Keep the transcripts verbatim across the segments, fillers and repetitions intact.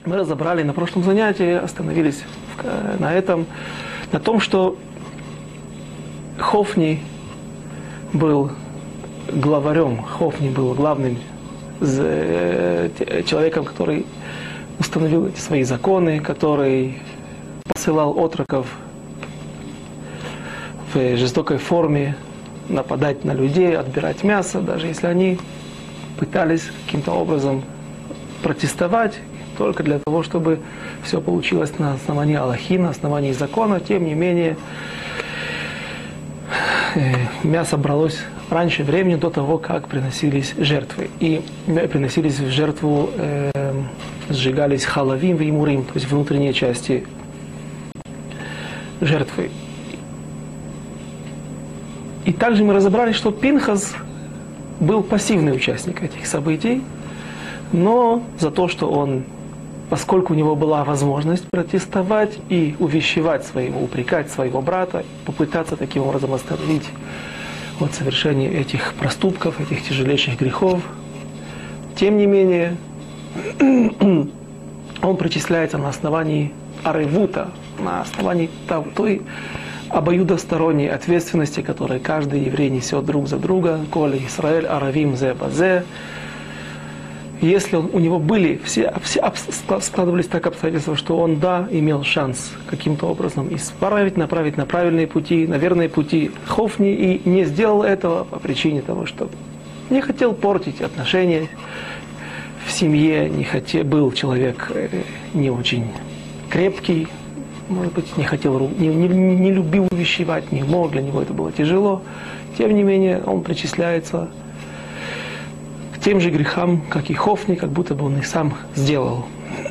Мы разобрали на прошлом занятии, остановились на этом, на том, что Хофни был главарем, Хофни был главным человеком, который установил эти свои законы, который посылал отроков в жестокой форме нападать на людей, отбирать мясо, даже если они пытались каким-то образом протестовать, только для того, чтобы все получилось на основании Аллахи, на основании закона. Тем не менее, мясо бралось раньше времени, до того, как приносились жертвы. И приносились в жертву, э, сжигались халавим и мурим, то есть внутренние части жертвы. И также мы разобрали, что Пинхас был пассивный участник этих событий, но за то, что он, поскольку у него была возможность протестовать и увещевать своего, упрекать своего брата, попытаться таким образом остановить от совершения этих проступков, этих тяжелейших грехов, тем не менее, он причисляется на основании аревута, на основании той обоюдосторонней ответственности, которую каждый еврей несет друг за друга. Коли Исраэль аравим зе базе. Если он, у него были все, все складывались так обстоятельства, что он, да, имел шанс каким-то образом исправить, направить на правильные пути, на верные пути Хофни, и не сделал этого по причине того, что не хотел портить отношения в семье, не хотел, был человек не очень крепкий, может быть, не хотел, не, не, не любил увещевать, не мог, для него это было тяжело. Тем не менее, он причисляется к тем же грехам, как и Хофни, как будто бы он их сам сделал.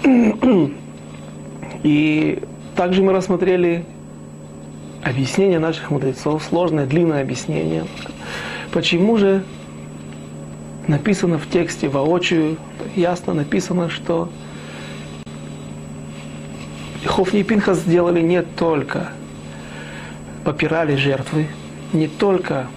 И также мы рассмотрели объяснение наших мудрецов, сложное, длинное объяснение. Почему же написано в тексте воочию, ясно написано, что Хофни и Пинхас сделали не только попирали жертвы, не только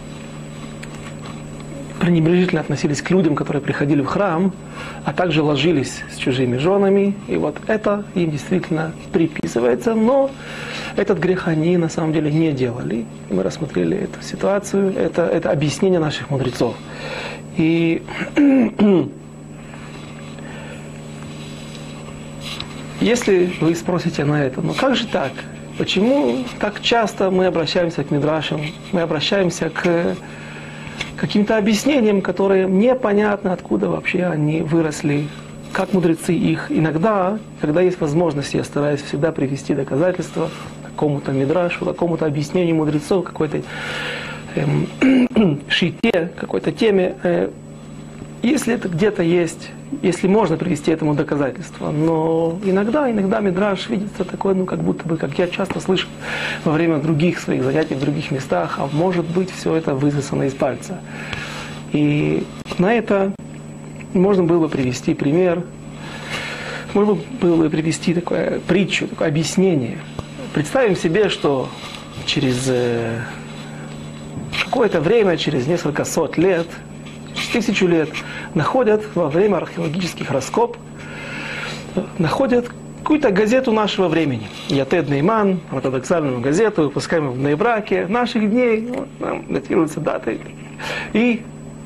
пренебрежительно относились к людям, которые приходили в храм, а также ложились с чужими женами. И вот это им действительно приписывается, но этот грех они на самом деле не делали. И мы рассмотрели эту ситуацию, это, это объяснение наших мудрецов. И если вы спросите на это, ну как же так? Почему так часто мы обращаемся к мидрашам, мы обращаемся к каким-то объяснениям, которые непонятно, откуда вообще они выросли, как мудрецы их. Иногда, когда есть возможность, я стараюсь всегда привести доказательства какому-то мидрашу, какому-то объяснению мудрецов, какой-то эм, шите, какой-то теме. Э, если это где-то есть, если можно привести этому доказательства. Но иногда, иногда мидраш видится такой, ну как будто бы, как я часто слышу во время других своих занятий в других местах, а может быть все это высосано из пальца. И на это можно было бы привести пример, можно было бы привести такую притчу, такое объяснение. Представим себе, что через какое-то время, через несколько сот лет, тысячу лет, находят во время археологических раскоп, находят какую-то газету нашего времени. Ятед Нейман, ортодоксальную газету, выпускаемую в Нейбраке, наших дней, вот, там датируются даты. И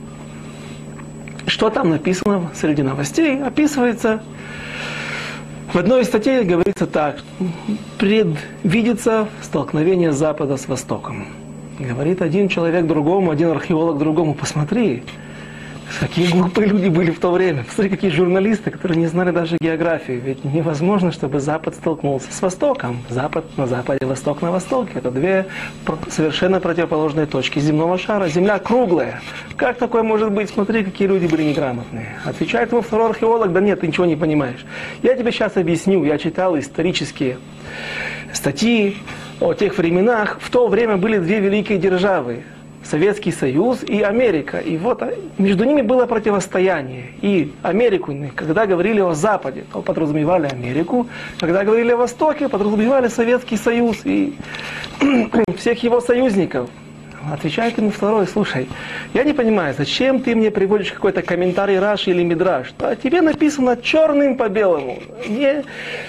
что там написано среди новостей? Описывается, в одной из статей говорится так: предвидится столкновение Запада с Востоком. Говорит один человек другому, один археолог другому: посмотри, какие глупые люди были в то время. Посмотри, какие журналисты, которые не знали даже географию. Ведь невозможно, чтобы Запад столкнулся с Востоком. Запад на Западе, Восток на Востоке. Это две совершенно противоположные точки земного шара. Земля круглая. Как такое может быть? Смотри, какие люди были неграмотные. Отвечает ему второй археолог: да нет, ты ничего не понимаешь. Я тебе сейчас объясню. Я читал исторические статьи о тех временах. В то время были две великие державы: Советский Союз и Америка. И вот между ними было противостояние. И Америку, когда говорили о Западе, то подразумевали Америку. Когда говорили о Востоке, подразумевали Советский Союз и всех его союзников. Отвечает ему второй: слушай, я не понимаю, зачем ты мне приводишь какой-то комментарий Раши или Мидраш? А тебе написано черным по белому. Не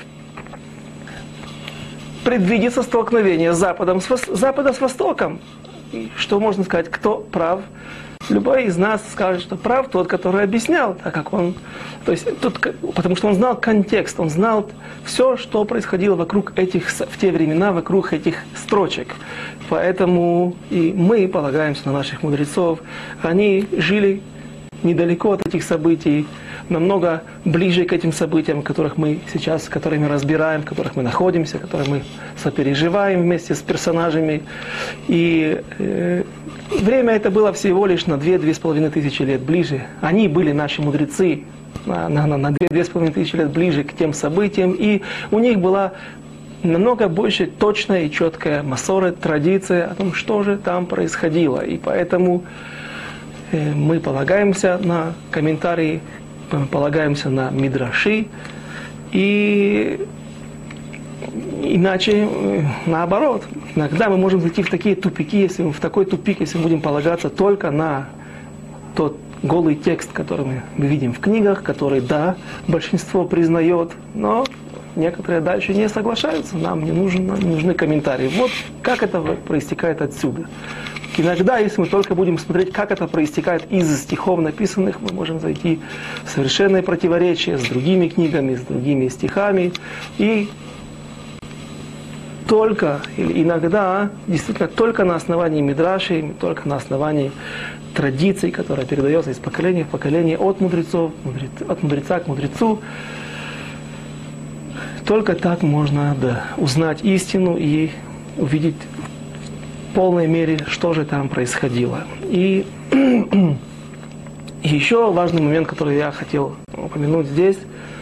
предвидится столкновение с Западом, с вос... Запада с Востоком. И что можно сказать, кто прав? Любой из нас скажет, что прав тот, который объяснял, так как он, то есть, тут, потому что он знал контекст, он знал все, что происходило вокруг этих, в те времена, вокруг этих строчек. Поэтому и мы полагаемся на наших мудрецов. Они жили недалеко от этих событий, намного ближе к этим событиям, которых мы сейчас, которые мы разбираем, в которых мы находимся, которые мы сопереживаем вместе с персонажами. И э, время это было всего лишь на две-две с половиной тысячи лет ближе. Они были наши мудрецы на, на, на две-две с половиной тысячи лет ближе к тем событиям, и у них была намного больше точная и четкая масорет, традиция о том, что же там происходило. И поэтому э, мы полагаемся на комментарии, мы полагаемся на мидраши, и иначе наоборот. Иногда мы можем зайти в такие тупики, если мы в такой тупик, если мы будем полагаться только на тот голый текст, который мы, мы видим в книгах, который, да, большинство признает, но некоторые дальше не соглашаются, нам не нужен, нам не нужны комментарии. Вот как это проистекает отсюда. Иногда, если мы только будем смотреть, как это проистекает из стихов написанных, мы можем зайти в совершенное противоречие с другими книгами, с другими стихами. И только, или иногда, действительно, только на основании мидрашей, только на основании традиций, которая передается из поколения в поколение от мудрецов, от мудреца к мудрецу, только так можно, да, узнать истину и увидеть в полной мере, что же там происходило. И еще важный момент, который я хотел упомянуть здесь.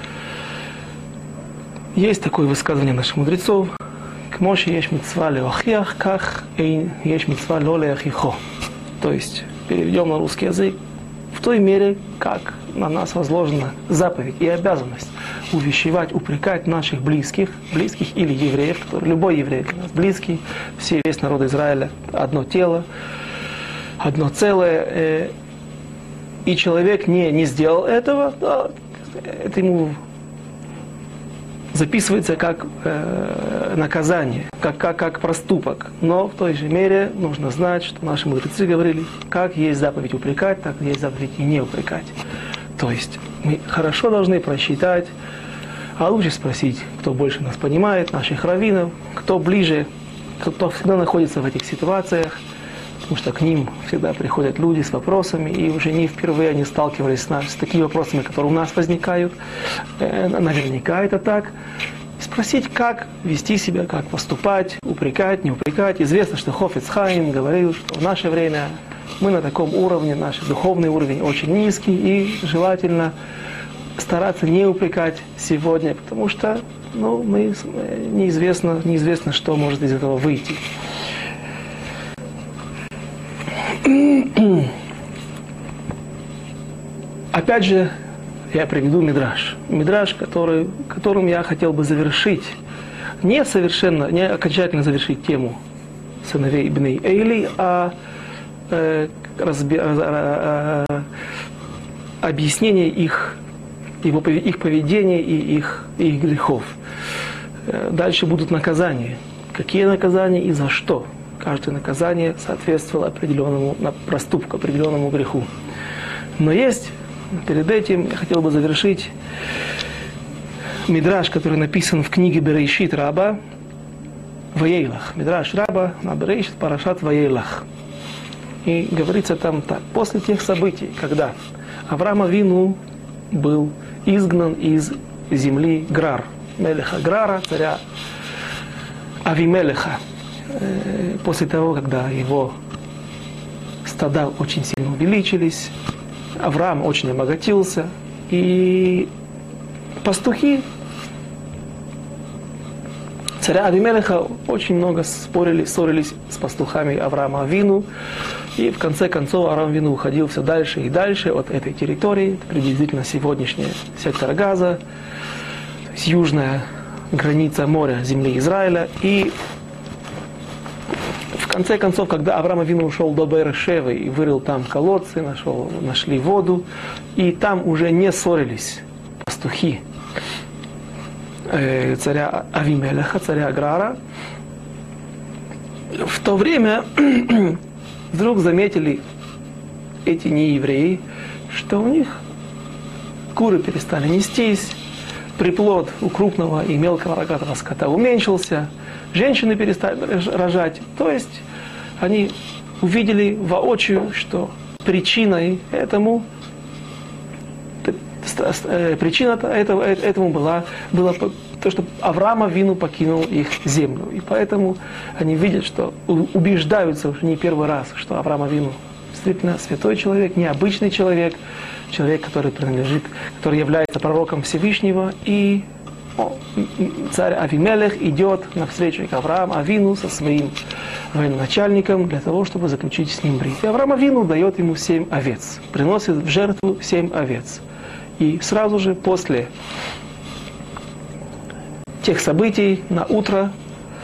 Есть такое высказывание наших мудрецов: «Кмо шееш мицва леохиах, ках еш мицва ло леохихо». То есть, переведем на русский язык, в той мере, как на нас возложена заповедь и обязанность увещевать, упрекать наших близких, близких или евреев, которые, любой еврей для нас близкий, все, весь народ Израиля, одно тело, одно целое, и человек не, не сделал этого, да, это ему записывается как э, наказание, как, как, как проступок. Но в той же мере нужно знать, что наши мудрецы говорили, как есть заповедь упрекать, так есть заповедь и не упрекать. То есть мы хорошо должны просчитать, а лучше спросить, кто больше нас понимает, наших раввинов, кто ближе, кто всегда находится в этих ситуациях, потому что к ним всегда приходят люди с вопросами, и уже не впервые они сталкивались с, нас, с такими вопросами, которые у нас возникают. Э, наверняка это так. Спросить, как вести себя, как поступать, упрекать, не упрекать. Известно, что Хофец Хаим говорил, что в наше время мы на таком уровне, наш духовный уровень очень низкий, и желательно стараться не упрекать сегодня, потому что ну, мы, неизвестно, неизвестно, что может из этого выйти. Опять же, я приведу мидраш. Мидраш, который, которым я хотел бы завершить, не совершенно, не окончательно завершить тему сыновей Бней Эйли, а э, разби, э, э, объяснение их, его, их поведения и их, их грехов. Дальше будут наказания. Какие наказания и за что? Каждое наказание соответствовало определенному проступку, определенному греху. Но есть, перед этим я хотел бы завершить мидраш, который написан в книге Берешит Раба, Ваейлах. Мидраш Раба на Берешит Парашат Ваейлах. И говорится там так: после тех событий, когда Авраам Авину был изгнан из земли Грар, Мелеха Грара, царя Авимелеха, после того, когда его стада очень сильно увеличились, Авраам очень обогатился, и пастухи царя Авимелеха очень много спорили, ссорились с пастухами Авраама Авину, и в конце концов Авраам Авину уходил все дальше и дальше от этой территории, приблизительно сегодняшняя сектор Газа, то есть южная граница моря земли Израиля, и в конце концов, когда Авраам Авину ушел до Беэр-Шевы и вырыл там колодцы, нашел, нашли воду, и там уже не ссорились пастухи э, царя Авимелеха, царя Аграра, в то время вдруг заметили эти неевреи, что у них куры перестали нестись, приплод у крупного и мелкого рогатого скота уменьшился, женщины перестали рожать. То есть они увидели воочию, что причиной этому, причина этого, этому была, была то, что Авраам Авину покинул их землю. И поэтому они видят, что убеждаются уже не первый раз, что Авраам Авину действительно святой человек, необычный человек, человек, который принадлежит, который является пророком Всевышнего, и о, царь Авимелех идет навстречу к Аврааму Авину со своим военачальником для того, чтобы заключить с ним брит. И Авраам Авину дает ему семь овец, приносит в жертву семь овец. И сразу же после тех событий на утро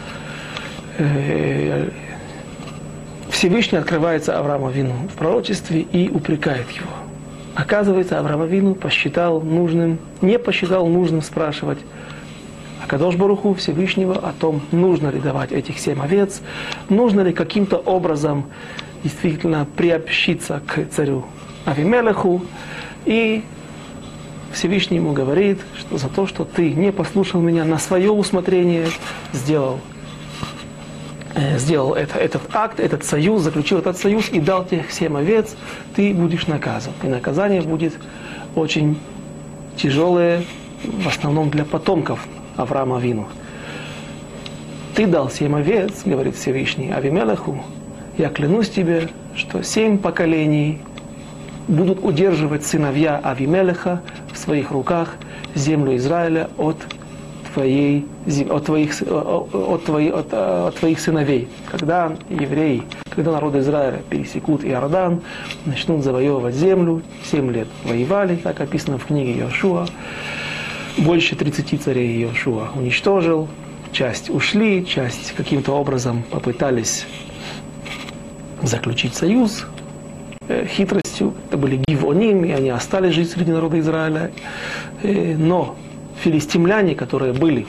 э, Всевышний открывается Аврааму Авину в пророчестве и упрекает его. Оказывается, Авраам Авину посчитал нужным, не посчитал нужным спрашивать Акадош Баруху Всевышнего о том, нужно ли давать этих семь овец, нужно ли каким-то образом действительно приобщиться к царю Авимелеху. И Всевышний ему говорит, что за то, что ты не послушал меня, на свое усмотрение сделал, э, сделал это, этот акт, этот союз, заключил этот союз и дал тех семь овец, ты будешь наказан. И наказание будет очень тяжелое, в основном для потомков Авраама Авину. Ты дал семь овец, говорит Всевышний Авимелеху, я клянусь тебе, что семь поколений будут удерживать сыновья Авимелеха в своих руках землю Израиля от твоей, от твоих, от твоих, от, от твоих сыновей. Когда евреи, когда народы Израиля пересекут Иордан, начнут завоевывать землю, семь лет воевали, как описано в книге Йошуа. Больше тридцати царей Йошуа уничтожил, часть ушли, часть каким-то образом попытались заключить союз хитростью. Это были гивоним, и они остались жить среди народа Израиля. Но филистимляне, которые были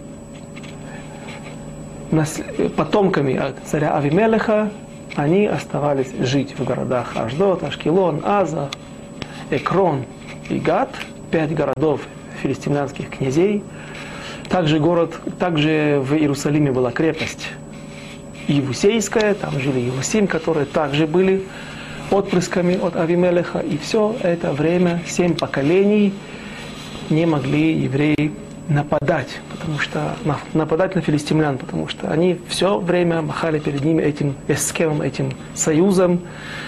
потомками царя Авимелеха, они оставались жить в городах Ашдод, Ашкелон, Аза, Экрон и Гат, пять городов филистимлянских князей. Также город, также в Иерусалиме была крепость Иевусейская, там жили Иевусим, которые также были отпрысками от Авимелеха, и все это время, семь поколений, не могли евреи нападать, потому что нападать на филистимлян, потому что они все время махали перед ними этим эскемом, этим союзом,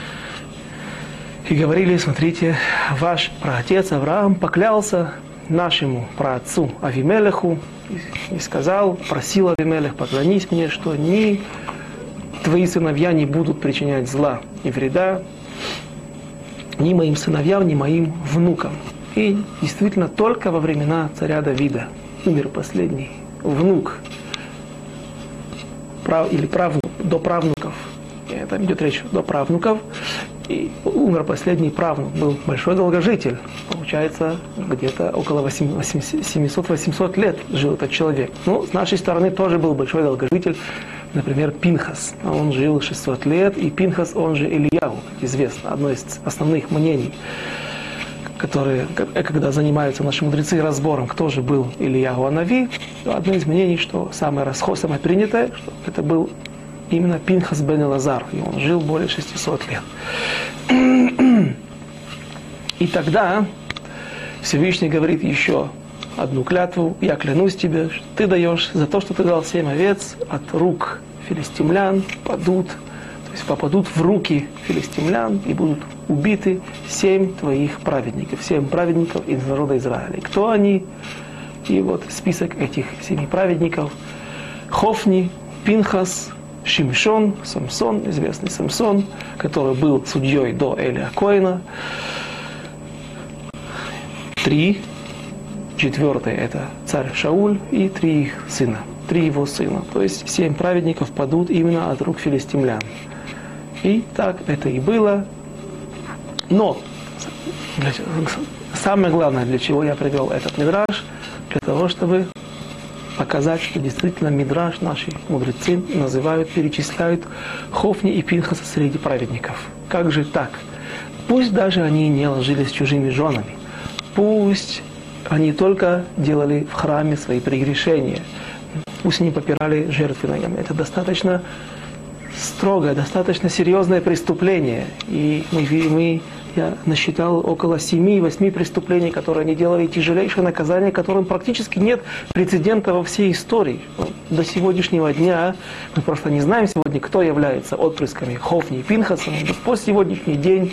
и говорили: смотрите, ваш праотец Авраам поклялся нашему праотцу Авимелеху и сказал, просил Авимелех, поклонись мне, что ни твои сыновья не будут причинять зла и вреда ни моим сыновьям, ни моим внукам. И действительно, только во времена царя Давида умер последний внук прав, или правнук, до правнуков. Там идет речь до правнуков. И умер последний правнук, был большой долгожитель. Получается, где-то около семьсот-восемьсот лет жил этот человек. Ну, с нашей стороны тоже был большой долгожитель. Например, Пинхас. Он жил шестьсот лет, и Пинхас, он же Ильяу, как известно, одно из основных мнений, которые, когда занимаются наши мудрецы разбором, кто же был Ильяу Анави, одно из мнений, что самое расход, самое принятое, что это был именно Пинхас бен Элазар, и он жил более шестисот лет. И тогда Всевышний говорит еще одну клятву: я клянусь тебе, что ты даешь за то, что ты дал семь овец, от рук филистимлян падут, то есть попадут в руки филистимлян и будут убиты семь твоих праведников, семь праведников из народа Израиля. И кто они? И вот список этих семи праведников: Хофни, Пинхас, Шимшон, Самсон, известный Самсон, который был судьей до Элия Коэна. Три. Четвертый — это царь Шауль и три их сына. три его сына. То есть семь праведников падут именно от рук филистимлян. И так это и было. Но самое главное, для чего я привел этот мидраш, для того, чтобы показать, что действительно мидраш наши мудрецы называют, перечисляют Хофни и Пинхаса среди праведников. Как же так? Пусть даже они не ложились с чужими женами, пусть они только делали в храме свои прегрешения, пусть они попирали жертвенное. Это достаточно строгое, достаточно серьезное преступление. И мы, мы я насчитал около семи-восьми преступлений, которые они делали, тяжелейшее наказание, которым практически нет прецедента во всей истории. До сегодняшнего дня мы просто не знаем сегодня, кто является отпрысками Хофни и Пинхаса. По сегодняшний день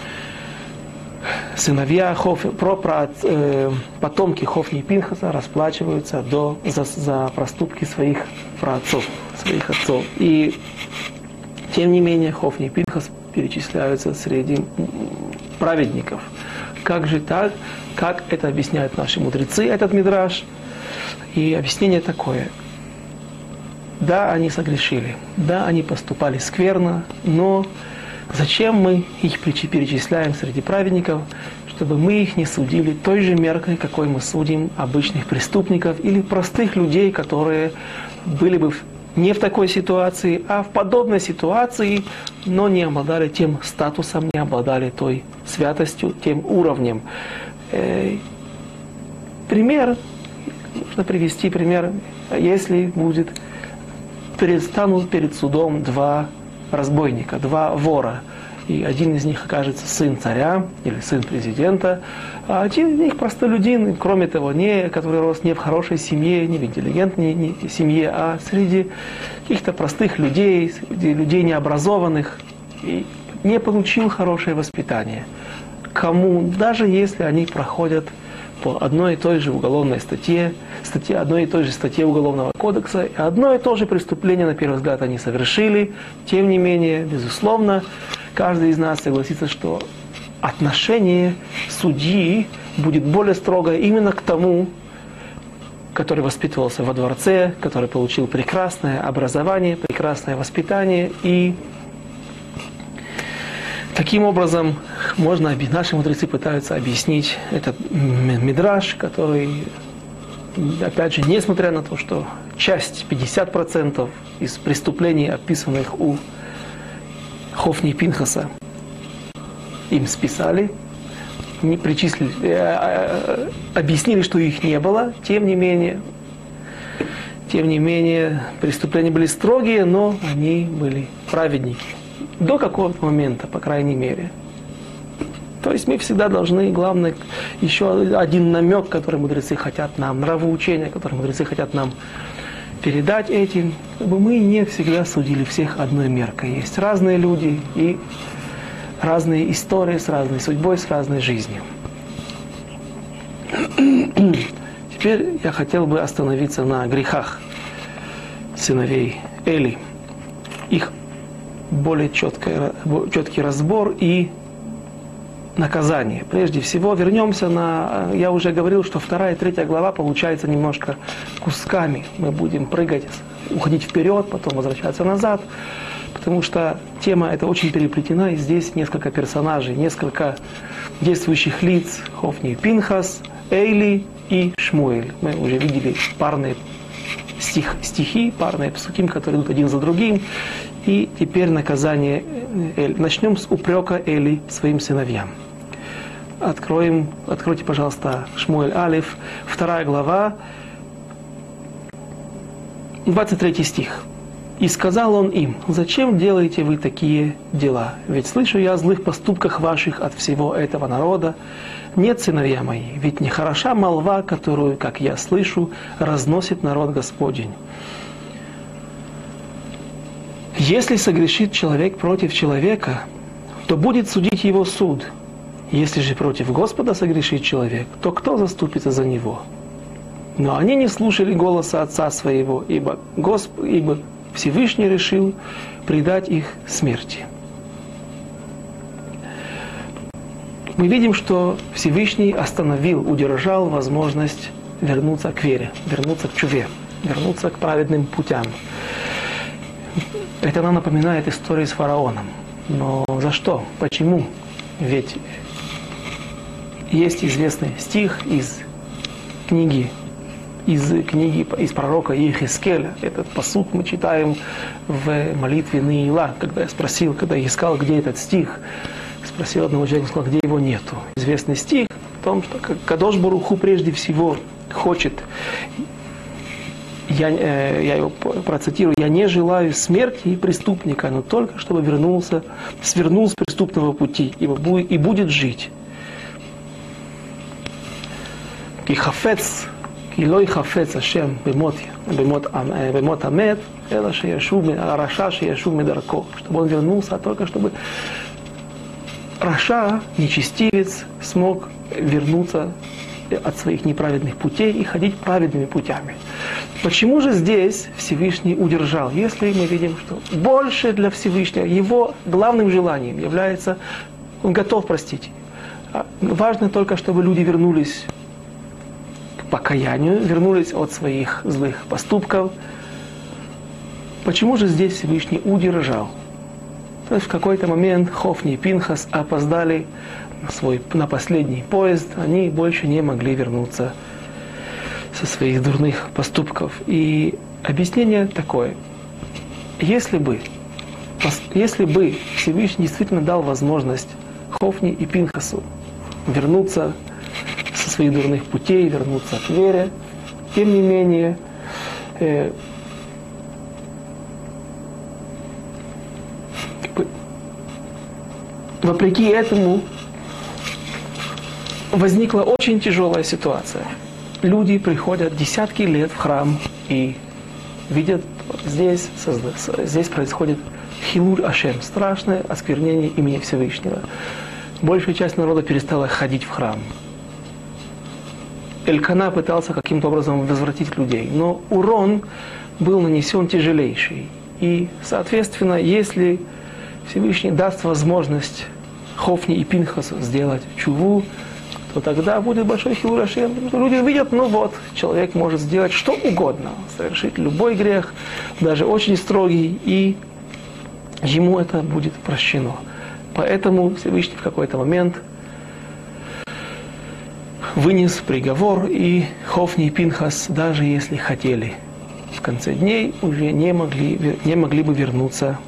сыновья Хофни, про, про, э, потомки Хофни и Пинхаса расплачиваются до, за, за проступки своих праотцов, своих отцов. И тем не менее Хофни и Пинхас перечисляются среди праведников. Как же так? Как это объясняют наши мудрецы, этот мидраш? И объяснение такое. Да, они согрешили, да, они поступали скверно, но зачем мы их перечисляем среди праведников? Чтобы мы их не судили той же меркой, какой мы судим обычных преступников или простых людей, которые были бы не в такой ситуации, а в подобной ситуации, но не обладали тем статусом, не обладали той святостью, тем уровнем. Э, пример, можно привести пример, если будет, предстанут перед судом два разбойника, два вора, и один из них окажется сын царя или сын президента, а один из них простолюдин, кроме того, не, который рос не в хорошей семье, не в интеллигентной не семье, а среди каких-то простых людей, среди людей необразованных, и не получил хорошее воспитание. Кому, даже если они проходят по одной и той же уголовной статье, статье одной и той же статье Уголовного кодекса, и одно и то же преступление, на первый взгляд, они совершили, тем не менее, безусловно, каждый из нас согласится, что отношение судьи будет более строгое именно к тому, который воспитывался во дворце, который получил прекрасное образование, прекрасное воспитание. И таким образом можно, наши мудрецы пытаются объяснить этот мидраш, который, опять же, несмотря на то, что часть, пятьдесят процентов из преступлений, описанных у Хофни и Пинхаса, им списали, не причислили, э, объяснили, что их не было, тем не менее, тем не менее, преступления были строгие, но они были праведники. До какого-то момента, по крайней мере. То есть мы всегда должны, главное, еще один намек, который мудрецы хотят нам, нравоучение, которое мудрецы хотят нам передать этим, чтобы мы не всегда судили всех одной меркой. Есть разные люди и разные истории с разной судьбой, с разной жизнью. Теперь я хотел бы остановиться на грехах сыновей Эли, их более четкий, четкий разбор и наказание. Прежде всего вернемся на... Я уже говорил, что вторая и третья глава получается немножко кусками. Мы будем прыгать, уходить вперед, потом возвращаться назад, потому что тема эта очень переплетена, и здесь несколько персонажей, несколько действующих лиц: Хофни и Пинхас, Эйли и Шмуэль. Мы уже видели парные стих, стихи, парные псуким, которые идут один за другим. И теперь наказание Эли. Начнем с упрека Эли своим сыновьям. Откроем, откройте, пожалуйста, Шмуэль Алеф, вторая глава, двадцать третий стих. «И сказал он им: зачем делаете вы такие дела? Ведь слышу я о злых поступках ваших от всего этого народа. Нет, сыновья мои, ведь не хороша молва, которую, как я слышу, разносит народ Господень. Если согрешит человек против человека, то будет судить его суд. Если же против Господа согрешит человек, то кто заступится за него? Но они не слушали голоса отца своего, ибо, Госп... ибо Всевышний решил предать их смерти». Мы видим, что Всевышний остановил, удержал возможность вернуться к вере, вернуться к чуве. вернуться к праведным путям. Это нам напоминает историю с фараоном. Но за что? Почему? Ведь есть известный стих из книги, из книги, из пророка Иехескеля. Этот пасук мы читаем в молитве Неила. Когда я спросил, когда я искал, где этот стих, спросил одного человека, сказал, где его нету. Известный стих о том, что Кадош Барух Ху прежде всего хочет, я, э, я его процитирую, я не желаю смерти и преступника, но только чтобы вернулся, свернул с преступного пути и будет жить. כי חפץ, כי לא יחפץ השם במות, במות, במות המת, אלא שישוב, הרשע שישוב מדרכו. Чтобы он вернулся, а только чтобы раша, нечестивец, смог вернуться от своих неправедных путей и ходить праведными путями. Почему же здесь Всевышний удержал? Если мы видим, что больше для Всевышнего, его главным желанием является, он готов простить. Важно только, чтобы люди вернулись покаянию, вернулись от своих злых поступков. Почему же здесь Всевышний удержал? То есть в какой-то момент Хофни и Пинхас опоздали на, свой, на последний поезд, они больше не могли вернуться со своих дурных поступков. И объяснение такое. Если бы, если бы Всевышний действительно дал возможность Хофни и Пинхасу вернуться со своих дурных путей, вернуться к вере, тем не менее, э, вопреки этому возникла очень тяжелая ситуация. Люди приходят десятки лет в храм и видят, здесь, здесь происходит хилуль Ашем, страшное осквернение имени Всевышнего. Большая часть народа перестала ходить в храм. Элькана пытался каким-то образом возвратить людей, но урон был нанесен тяжелейший. И, соответственно, если Всевышний даст возможность Хофни и Пинхасу сделать чуву, то тогда будет большой хилуль Ашем. Люди увидят, ну вот, человек может сделать что угодно, совершить любой грех, даже очень строгий, и ему это будет прощено. Поэтому Всевышний в какой-то момент вынес приговор, и Хофни и Пинхас, даже если хотели, в конце дней уже не могли, не могли бы вернуться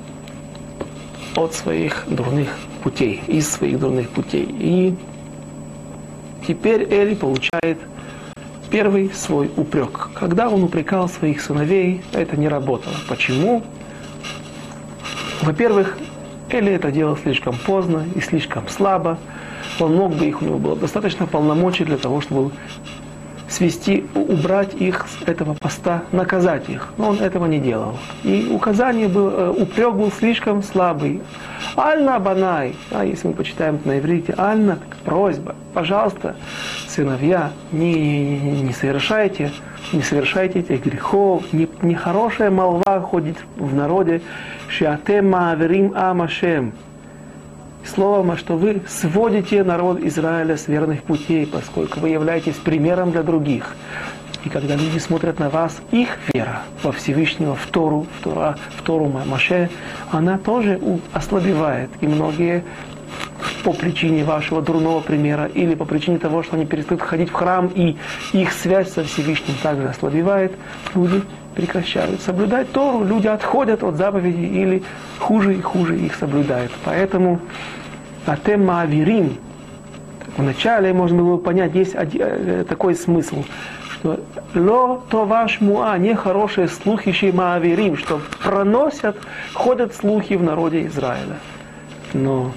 от своих дурных путей, из своих дурных путей. И теперь Эли получает первый свой упрек. Когда он упрекал своих сыновей, это не работало. Почему? Во-первых, Эли это делал слишком поздно и слишком слабо. Он мог бы их, у него было достаточно полномочий для того, чтобы свести, убрать их с этого поста, наказать их. Но он этого не делал. И указание было, упрек был слишком слабый. Альна банай, а если мы почитаем на иврите, альна, просьба, пожалуйста, сыновья, не, не, не совершайте, не совершайте этих грехов, не, не хорошая молва ходит в народе, шеатем мааверим ам Ашем. Словом, что вы сводите народ Израиля с верных путей, поскольку вы являетесь примером для других. И когда люди смотрят на вас, их вера во Всевышнего, в Тору, в, Тора, в Тору Моше, она тоже ослабевает. И многие по причине вашего дурного примера или по причине того, что они перестают ходить в храм, и их связь со Всевышним также ослабевает, люди прекращают соблюдать Тору, люди отходят от заповедей или хуже и хуже их соблюдают. Поэтому атем мааверим, вначале можно было понять, есть один, такой смысл, что ло то ваш муа, нехорошие слухи ши мааверим, что проносят, ходят слухи в народе Израиля. Но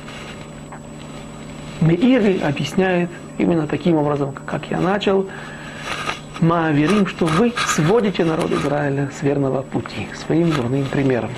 Меири объясняет именно таким образом, как я начал, мааверим, что вы сводите народ Израиля с верного пути, своим дурным примером.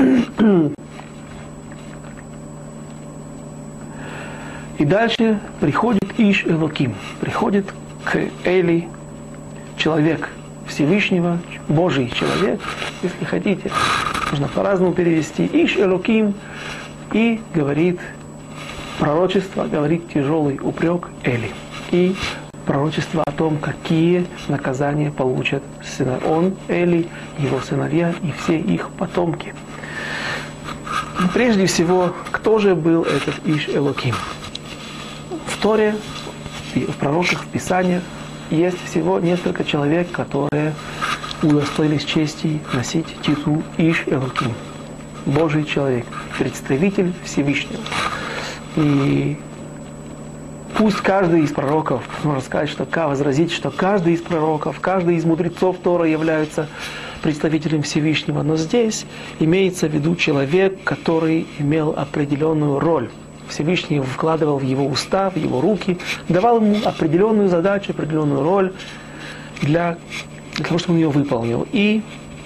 И дальше приходит Иш Элоким, приходит к Эли человек Всевышнего, Божий человек, если хотите, можно по-разному перевести, Иш Элоким, и говорит пророчество, говорит тяжелый упрек Эли. И пророчество о том, какие наказания получат он, Эли, его сыновья и все их потомки. Прежде всего, кто же был этот Иш Элоким? В Торе, в пророках, в Писаниях есть всего несколько человек, которые удостоились чести носить титул Иш Элоким, Божий человек, представитель Всевышнего. И пусть каждый из пророков, можно сказать, что возразить, что каждый из пророков, каждый из мудрецов Тора являются представителем Всевышнего, но здесь имеется в виду человек, который имел определенную роль. Всевышний вкладывал в его уста, в его руки, давал ему определенную задачу, определенную роль для, для того, чтобы он ее выполнил. И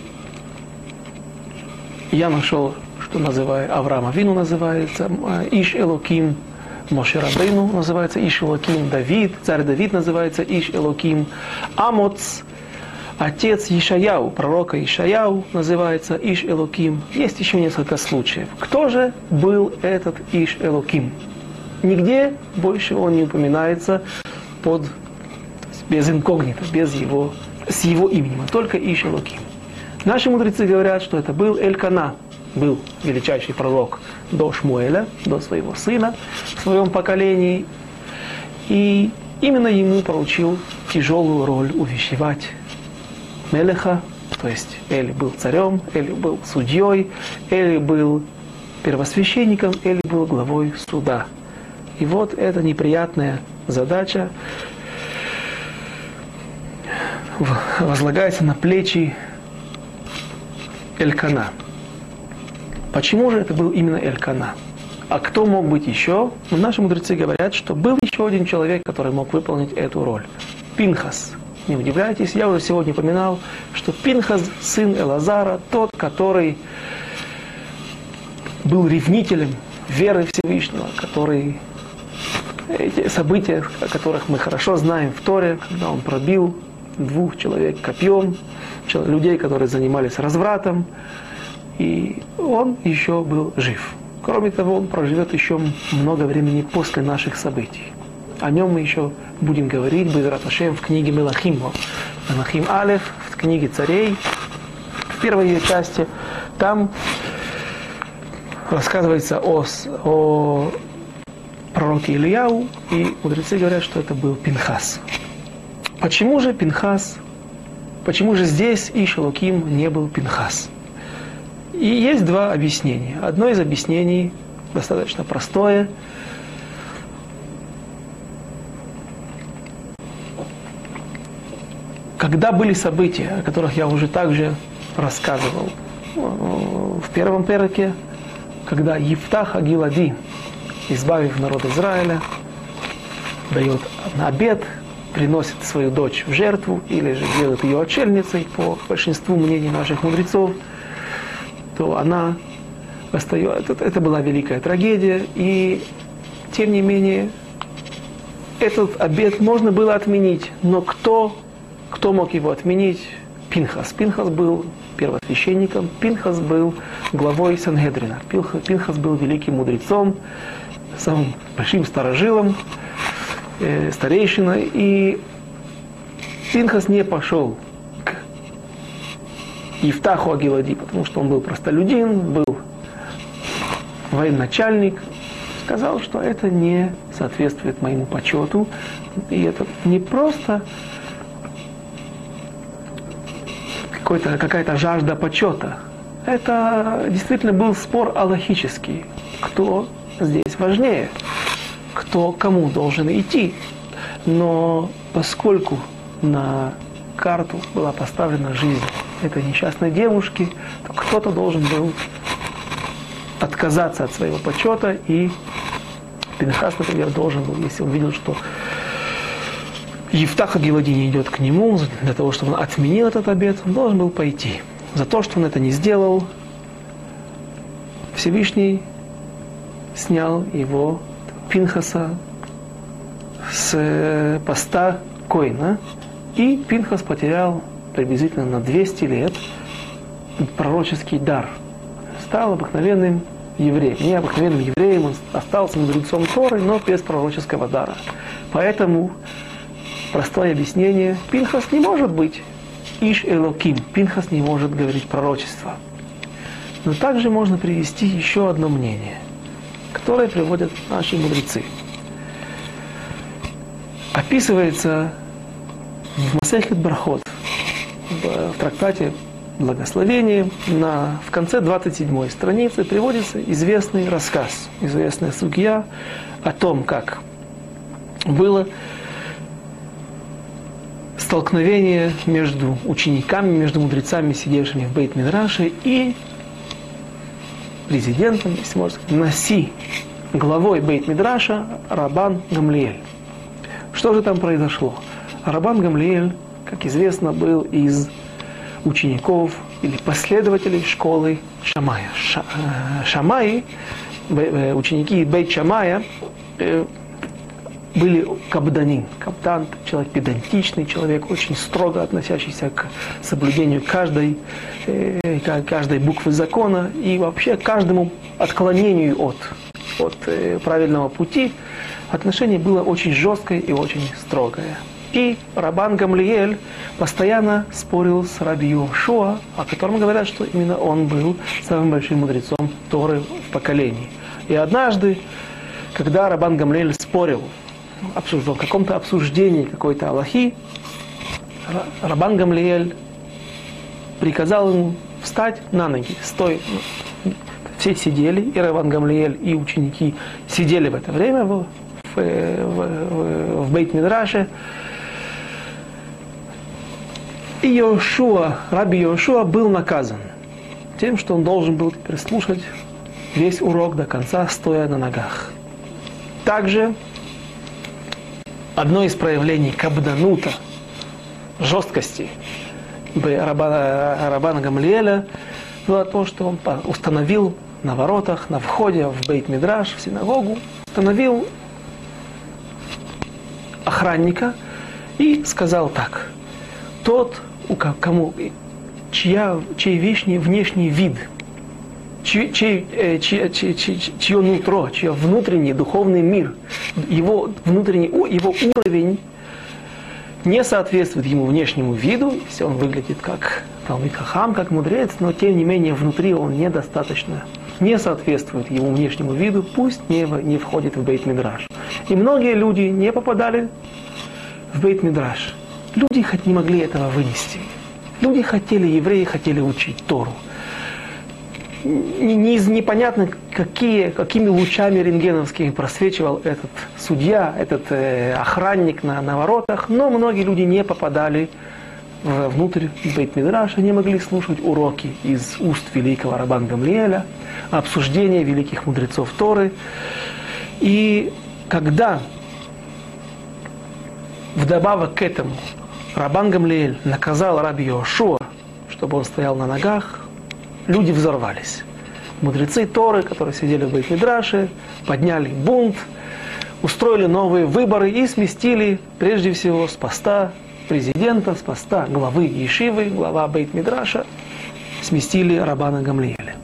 я нашел, что называю, Авраам Авину называется, Иш Элоким, Моше Рабейну называется Иш Элоким, Давид, царь Давид называется Иш Элоким, Амоц, отец Ишаяу, пророка Ишаяу, называется Иш Элоким. Есть еще несколько случаев. Кто же был этот Иш Элоким? Нигде больше он не упоминается под, без инкогнито, без его, с его именем, только Иш Элоким. Наши мудрецы говорят, что это был Элькана, был величайший пророк до Шмуэля, до своего сына в своем поколении. И именно ему поручил тяжелую роль увещевать Мелеха, то есть Эли был царем, Эли был судьей, Эли был первосвященником, Эли был главой суда. И вот эта неприятная задача возлагается на плечи Элькана. Почему же это был именно Элькана? А кто мог быть еще? Ну, наши мудрецы говорят, что был еще один человек, который мог выполнить эту роль. Пинхас. Не удивляйтесь, я уже сегодня упоминал, что Пинхас, сын Элазара, тот, который был ревнителем веры Всевышнего, который эти события, о которых мы хорошо знаем в Торе, когда он пробил двух человек копьем, людей, которые занимались развратом, и он еще был жив. Кроме того, он проживет еще много времени после наших событий. О нем мы еще будем говорить, Бе'эзрат Ашем, в книге Мелахим, Мелахим Алеф, в книге Царей, в первой ее части. Там рассказывается о, о пророке Ильяу, и мудрецы говорят, что это был Пинхас. Почему же Пинхас, почему же здесь Иш Элоким не был Пинхас? И есть два объяснения. Одно из объяснений достаточно простое. Когда были события, о которых я уже также рассказывал в первом переке, когда Ифтах ха-Гилади, избавив народ Израиля, дает обет, приносит свою дочь в жертву, или же делает ее отшельницей, по большинству мнений наших мудрецов, то она остается. Это, это была великая трагедия, и тем не менее этот обет можно было отменить, но кто Кто мог его отменить? Пинхас. Пинхас был первосвященником, Пинхас был главой Сангедрина. Пинхас был великим мудрецом, самым большим старожилом, э, старейшиной. И Пинхас не пошел к Ифтаху ха-Гилади, потому что он был простолюдин, был военачальник. Сказал, что это не соответствует моему почету. И это не просто какая-то жажда почета. Это действительно был спор алахический. Кто здесь важнее? Кто кому должен идти? Но поскольку на карту была поставлена жизнь этой несчастной девушки, то кто-то должен был отказаться от своего почета, и Пинхас, например, должен был, если он видел, что Ифтах ха-Гилади не идет к нему, для того, чтобы он отменил этот обет, он должен был пойти. За то, что он это не сделал, Всевышний снял его, Пинхаса, с поста коэна, и Пинхас потерял приблизительно на двести лет пророческий дар. Стал обыкновенным евреем. Не обыкновенным евреем, он остался мудрецом Торы, но без пророческого дара. Поэтому простое объяснение. Пинхас не может быть Иш Элоким. Пинхас не может говорить пророчество. Но также можно привести еще одно мнение, которое приводят наши мудрецы. Описывается в Масехет Брахот, в, в трактате Благословение, на, в конце двадцать седьмой страницы приводится известный рассказ, известная сугья о том, как было столкновение между учениками, между мудрецами, сидевшими в Бейт-Мидраше, и президентом, если можно сказать, Наси, главой Бейт-Мидраша Рабан Гамлиэль. Что же там произошло? Рабан Гамлиэль, как известно, был из учеников или последователей школы Шамая. Ша, Шамаи, ученики Бейт Шамая, были кабданин. Кабдан – человек педантичный, человек, очень строго относящийся к соблюдению каждой, каждой буквы закона и вообще каждому отклонению от, от правильного пути. Отношение было очень жесткое и очень строгое. И Рабан Гамлиэль постоянно спорил с Раби Йошуа, о котором говорят, что именно он был самым большим мудрецом Торы в поколении. И однажды, когда Рабан Гамлиэль спорил, обсуждал в каком-то обсуждении какой-то алахи, Рабан Гамлиэль приказал ему встать на ноги, стой. Все сидели, и Рабан Гамлиэль, и ученики сидели в это время в, в, в, в Бейт-Мидраше. И Йошуа, Раби Йошуа был наказан тем, что он должен был теперь слушать весь урок до конца, стоя на ногах. Также одно из проявлений кабданута, жесткости Рабана, Рабана Гамлиэля было то, что он установил на воротах, на входе в Бейт-Мидраш, в синагогу, установил охранника и сказал так: тот, у кому, чья, чей внешний, внешний вид, чье, чье, чье, чье, чье, чье нутро, чье внутренний духовный мир, его внутренний его уровень не соответствует ему внешнему виду, если он выглядит как Талмид Хахам, как мудрец, но тем не менее внутри он недостаточно не соответствует его внешнему виду, пусть не, не входит в Бейт-Мидраш. И многие люди не попадали в Бейт-Мидраш. Люди хоть не могли этого вынести. Люди хотели, евреи хотели учить Тору. Не, не, непонятно, какие, какими лучами рентгеновскими просвечивал этот судья, этот э, охранник на, на воротах, но многие люди не попадали в, внутрь Бейт-Мидраша, не могли слушать уроки из уст великого Рабана Гамлиэля, обсуждения великих мудрецов Торы. И когда вдобавок к этому Рабан Гамлиэль наказал Раби Йошуа, чтобы он стоял на ногах, люди взорвались. Мудрецы Торы, которые сидели в Бейт-Мидраше, подняли бунт, устроили новые выборы и сместили, прежде всего, с поста президента, с поста главы Ешивы, глава Бейт-Мидраша, сместили Рабана Гамлиэля.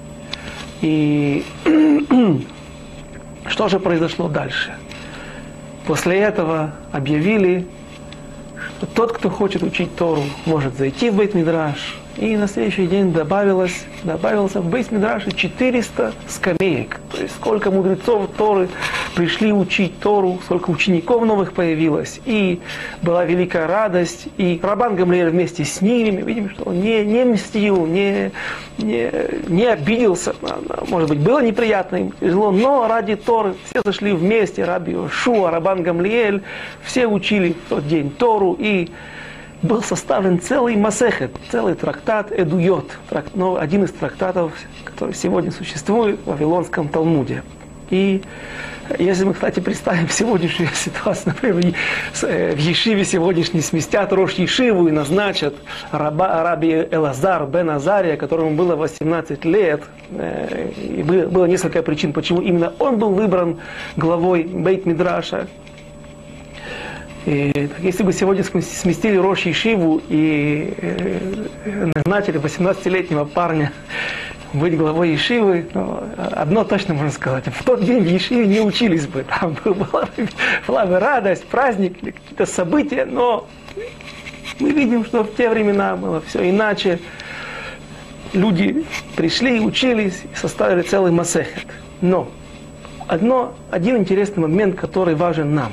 И что же произошло дальше? После этого объявили, что тот, кто хочет учить Тору, может зайти в Бейт-Мидраш. И на следующий день добавилось, добавился в Бейт-Мидраше четыреста скамеек. То есть сколько мудрецов Торы пришли учить Тору, сколько учеников новых появилось. И была великая радость. И Рабан Гамлиэль вместе с ними, мы видим, что он не, не мстил, не, не, не обиделся. Может быть, было неприятно, им тяжело, но ради Торы все зашли вместе. Раби Йошуа, Рабан Гамлиэль, все учили в тот день Тору. И был составлен целый масехет, целый трактат Эдуйот, тракт, ну, один из трактатов, который сегодня существует в Вавилонском Талмуде. И если мы, кстати, представим сегодняшнюю ситуацию, например, в Ешиве сегодняшней сместят Рош Ешиву и назначат раба, раби Элазар бен Азария, которому было восемнадцать лет, и было, было несколько причин, почему именно он был выбран главой Бейт-Мидраша. И, если бы сегодня сместили Рош Ешиву и назначили восемнадцатилетнего парня быть главой Ешивы, но одно точно можно сказать, в тот день в Ешиве не учились бы, там была, была бы радость, праздник или какие-то события, но мы видим, что в те времена было все иначе. Люди пришли, учились и составили целый масехет. Но одно, один интересный момент, который важен нам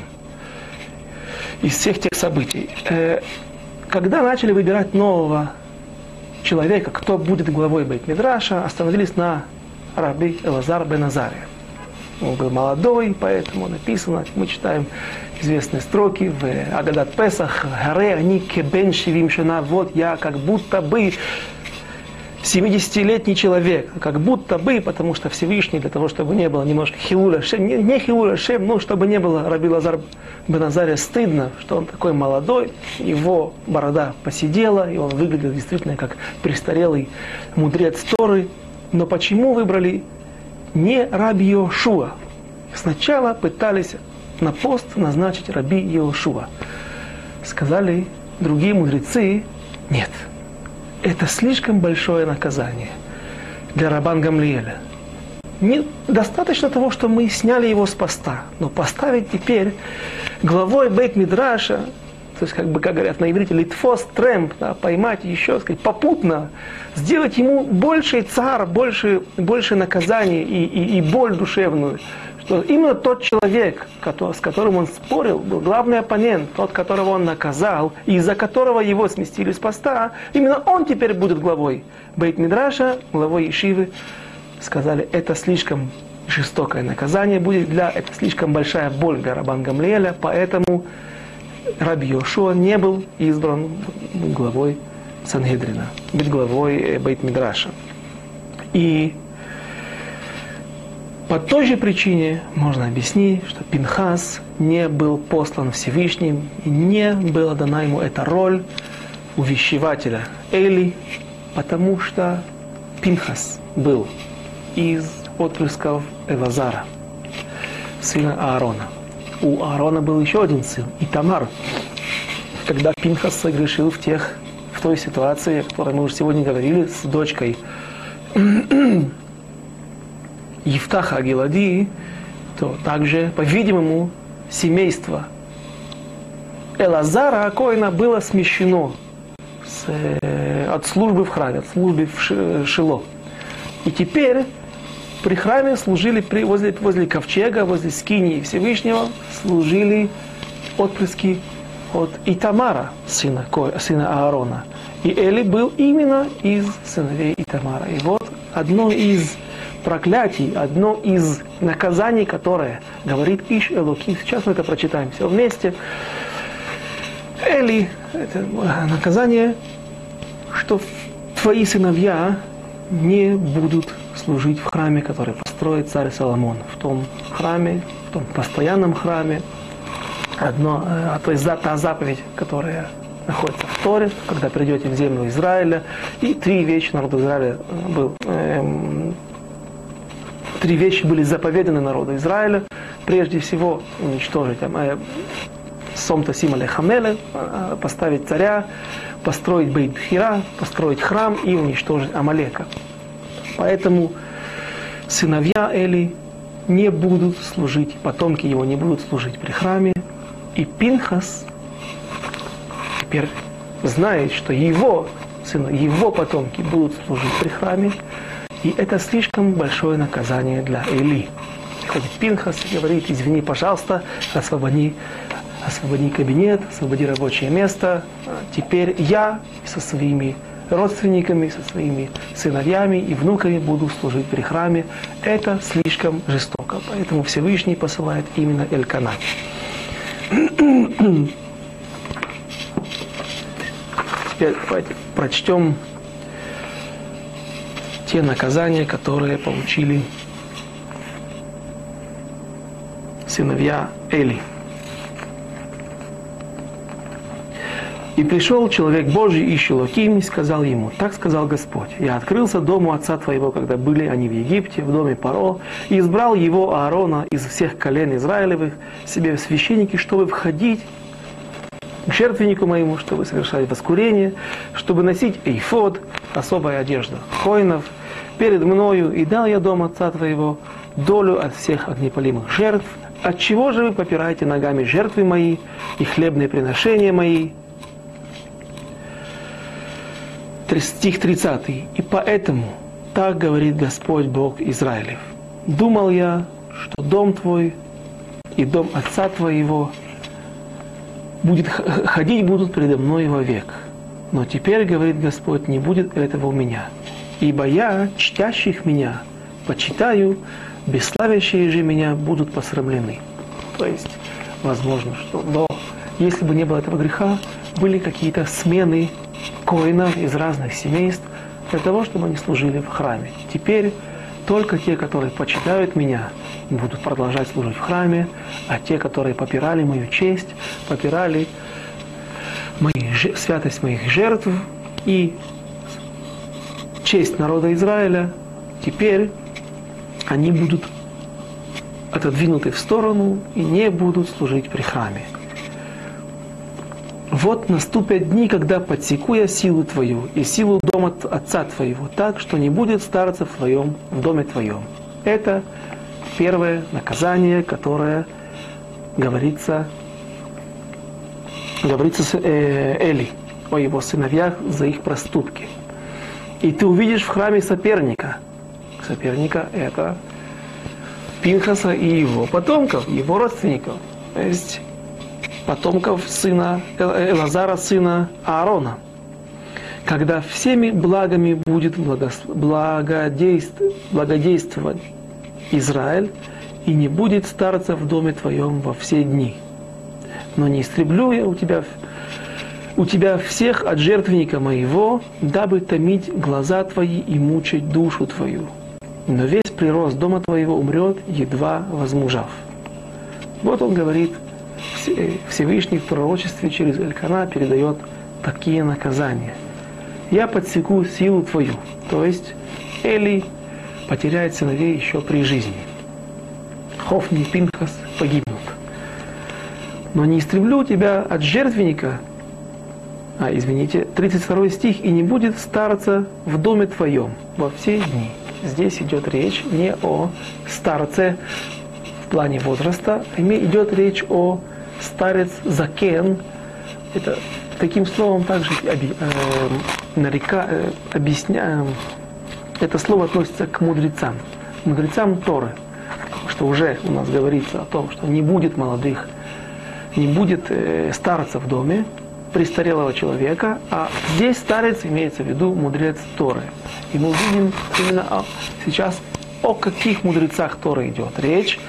из всех тех событий. Когда начали выбирать нового человека, кто будет главой Бейт-Мидраша, остановились на раби Элазар бен Азария. Он был молодой, поэтому написано, мы читаем известные строки в Агадат Песах: «Харе ани кебен шивим шана», вот я как будто бы семидесятилетний человек, как будто бы, потому что Всевышний, для того, чтобы не было немножко хилуля шем, не, не хилуля шем, но чтобы не было раби Элазар бен Азария стыдно, что он такой молодой, его борода поседела, и он выглядел действительно как престарелый мудрец Торы. Но почему выбрали не раби Йошуа? Сначала пытались на пост назначить раби Йошуа. Сказали другие мудрецы: нет, это слишком большое наказание для рабан Гамлиэля. Не достаточно того, что мы сняли его с поста, но поставить теперь главой Бейт-Мидраша, то есть, как бы, как говорят на иврите, литфос трэмп, да, поймать еще, сказать, попутно, сделать ему больший цар, больше, больше наказаний и, и, и боль душевную. Что именно тот человек, который, с которым он спорил, был главный оппонент, тот, которого он наказал, и из-за которого его сместили с поста, именно он теперь будет главой Бейт-Мидраша, главой Ешивы. Сказали, это слишком жестокое наказание будет для, это слишком большая боль для рабан Гамлиэля, поэтому раби Йошуа не был избран главой Сангедрина, быть главой Бейт-Мидраша. И по той же причине можно объяснить, что Пинхас не был послан Всевышним, и не была дана ему эта роль увещевателя Эли, потому что Пинхас был из отпрысков Элазара, сына Аарона. У Аарона был еще один сын, Итамар. Когда Пинхас согрешил в, тех, в той ситуации, о которой мы уже сегодня говорили, с дочкой Ифтаха Гилади, то также, по-видимому, семейство Элазара Акоина было смещено с, э, от службы в храме, от службы в Шило. И теперь при храме служили, при, возле, возле ковчега, возле скинии Всевышнего, служили отпрыски от Итамара, сына, сына Аарона. И Эли был именно из сыновей Итамара. И вот одно из проклятий, одно из наказаний, которое говорит Иш Элоким. Сейчас мы это прочитаем все вместе. Эли, это наказание, что твои сыновья не будут служить в храме, который построит царь Соломон. В том храме, в том постоянном храме. Одно, а то есть та заповедь, которая находится в Торе, когда придете в землю Израиля, и три вещи народу Израиля был, эм, три вещи были заповеданы народу Израиля. Прежде всего уничтожить э, Сомта Симале Хамеле, э, поставить царя, построить Бейт-Бхира, построить храм и уничтожить Амалека. Поэтому сыновья Эли не будут служить, потомки его не будут служить при храме. И Пинхас теперь знает, что его сыны, его потомки будут служить при храме. И это слишком большое наказание для Эли. Приходит Пинхас и говорит: извини, пожалуйста, освободи, освободи кабинет, освободи рабочее место. Теперь я со своими родственниками, со своими сыновьями и внуками буду служить при храме. Это слишком жестоко. Поэтому Всевышний посылает именно Элькана. Теперь давайте прочтем те наказания, которые получили сыновья Эли. И пришел человек Божий Иш Элоким и сказал ему: так сказал Господь: я открылся дому отца твоего, когда были они в Египте, в доме Паро, и избрал его Аарона из всех колен Израилевых себе в священники, чтобы входить к жертвеннику моему, чтобы совершать воскурение, чтобы носить эйфод, особая одежда коинов, перед мною, и дал я дом отца твоего долю от всех огнепалимых жертв. Отчего же вы попираете ногами жертвы мои и хлебные приношения мои? Стих тридцатый. И поэтому так говорит Господь Бог Израилев. Думал я, что дом твой и дом отца твоего будет, ходить будут передо мной вовек. Но теперь, говорит Господь, не будет этого у меня. Ибо я, чтящих меня, почитаю, бесславящие же меня будут посрамлены. То есть, возможно, что до, если бы не было этого греха, были какие-то смены коинов из разных семейств для того, чтобы они служили в храме. Теперь только те, которые почитают меня, будут продолжать служить в храме, а те, которые попирали мою честь, попирали мои, святость моих жертв и честь народа Израиля, теперь они будут отодвинуты в сторону и не будут служить при храме. Вот наступят дни, когда подсеку я силу твою и силу дома отца твоего, так, что не будет старца в твоем, в доме твоем. Это первое наказание, которое говорится, говорится с э, Эли, о его сыновьях за их проступки. И ты увидишь в храме соперника. Соперника — это Пинхаса и его потомков, его родственников. То есть потомков сына Элазара, сына Аарона. Когда всеми благами будет благодействовать, благодействовать Израиль, и не будет старца в доме твоем во все дни. Но не истреблю я у тебя, у тебя всех от жертвенника моего, дабы томить глаза твои и мучить душу твою. Но весь прирост дома твоего умрет, едва возмужав. Вот он говорит, Всевышний в пророчестве через Элькана передает такие наказания. Я подсеку силу твою. То есть Эли потеряет сыновей еще при жизни. Хофни и Пинхас погибнут. Но не истреблю тебя от жертвенника, а, извините, тридцать второй стих, и не будет старца в доме твоем во все дни. Здесь идет речь не о старце в плане возраста, а идет речь о старец закен. Это таким словом также оби, э, нарека, э, объясняем. Это слово относится к мудрецам, мудрецам Торы, что уже у нас говорится о том, что не будет молодых, не будет э, старца в доме, престарелого человека, а здесь старец имеется в виду мудрец Торы. И мы увидим именно о, сейчас о каких мудрецах Торы идет речь.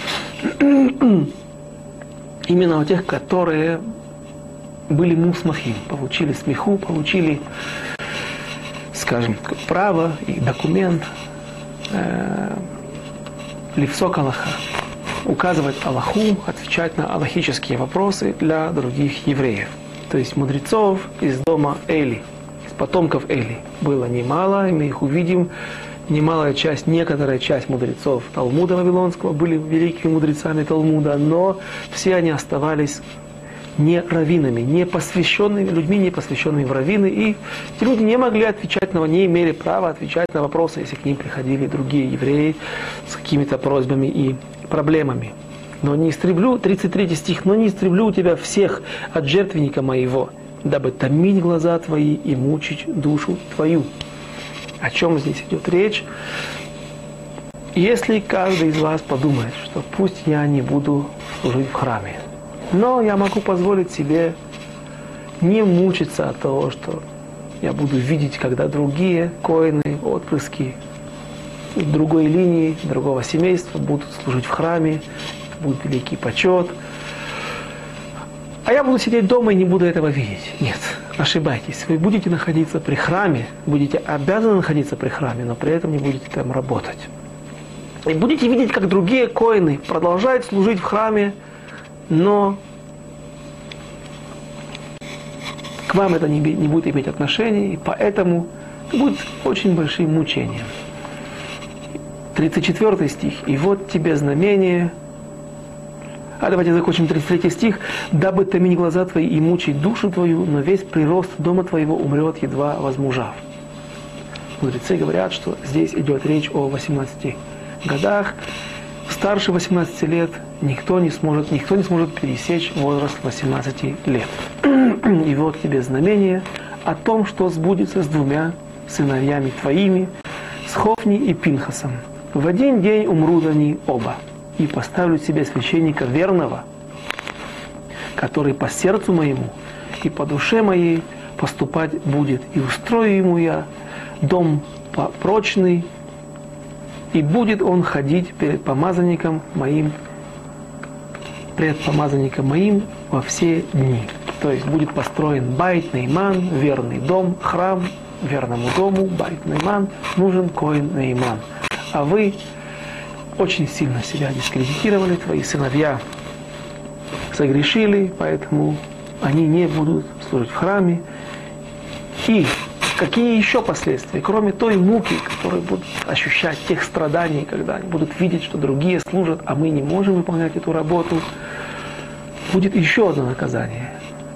Именно о тех, которые были мусмахим, получили смеху, получили, скажем, право и документ э, лифсок Аллаха, указывать Аллаху, отвечать на аллахические вопросы для других евреев. То есть мудрецов из дома Эли, из потомков Эли было немало, и мы их увидим. Немалая часть, некоторая часть мудрецов Талмуда Вавилонского были великими мудрецами Талмуда, но все они оставались не раввинами, не посвященными, людьми, не посвященными в раввины, и эти люди не могли отвечать на, не имели права отвечать на вопросы, если к ним приходили другие евреи с какими-то просьбами и проблемами. Но не истреблю, тридцать третий стих, но не истреблю у тебя всех от жертвенника моего, дабы томить глаза твои и мучить душу твою. О чем здесь идет речь? Если каждый из вас подумает, что пусть я не буду служить в храме, но я могу позволить себе не мучиться от того, что я буду видеть, когда другие коины, отпрыски другой линии, другого семейства будут служить в храме, будет великий почет. А я буду сидеть дома и не буду этого видеть. Нет, ошибаетесь. Вы будете находиться при храме, будете обязаны находиться при храме, но при этом не будете там работать. И будете видеть, как другие коины продолжают служить в храме, но к вам это не, не будет иметь отношения, и поэтому будет очень большим мучением. тридцать четвёртый стих. «И вот тебе знамение». А давайте закончим тридцать третий стих. «Дабы томить глаза твои и мучить душу твою, но весь прирост дома твоего умрет, едва возмужав». мудрецы говорят, что здесь идет речь о восемнадцати годах. Старше восемнадцати лет никто не сможет, никто не сможет пересечь возраст восемнадцати лет. И вот тебе знамение о том, что сбудется с двумя сыновьями твоими, с Хофни и Пинхасом. В один день умрут они оба, и поставлю себе священника верного, который по сердцу моему и по душе моей поступать будет, и устрою ему я дом прочный, и будет он ходить перед помазанником моим, пред помазанником моим во все дни. То есть будет построен Байт Нейман, верный дом, храм верному дому, Байт Нейман, нужен коэн Нейман. А вы очень сильно себя дискредитировали, твои сыновья согрешили, поэтому они не будут служить в храме. И какие еще последствия, кроме той муки, которую будут ощущать, тех страданий, когда они будут видеть, что другие служат, а мы не можем выполнять эту работу, будет еще одно наказание.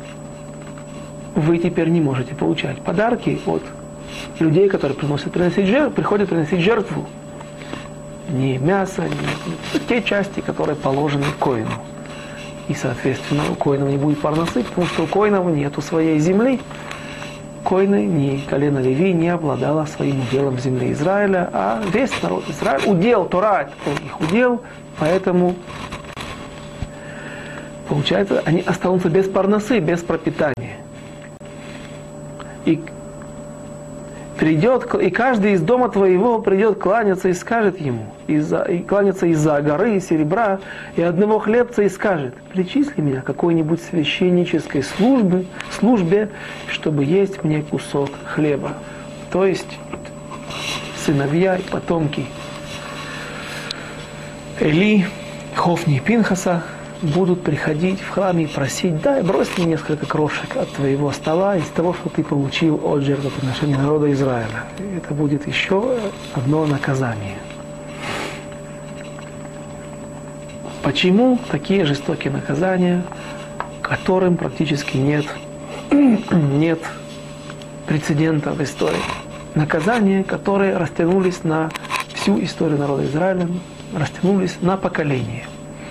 Вы теперь не можете получать подарки от людей, которые приносят, приносить жертву, приходят приносить жертву. Ни мясо, ни те части, которые положены коину. И, соответственно, у коинов не будет парносы, потому что у коинов нету своей земли. Коины, ни колено Леви не обладало своим уделом в земле Израиля, а весь народ Израиля, удел Тора, это их удел, поэтому, получается, они останутся без парносы, без пропитания. И придет, и каждый из дома твоего придет кланяться и скажет ему, из-за, и кланяться из-за горы и серебра, и одного хлебца и скажет: причисли меня какой-нибудь священнической службы, службе, чтобы есть мне кусок хлеба. То есть сыновья и потомки Эли, Хофни и Пинхаса будут приходить в храм и просить: дай, брось мне несколько крошек от твоего стола из того, что ты получил от жертвоприношения народа Израиля. И это будет еще одно наказание. Почему такие жестокие наказания, которым практически нет, нет прецедента в истории? Наказания, которые растянулись на всю историю народа Израиля, растянулись на поколение.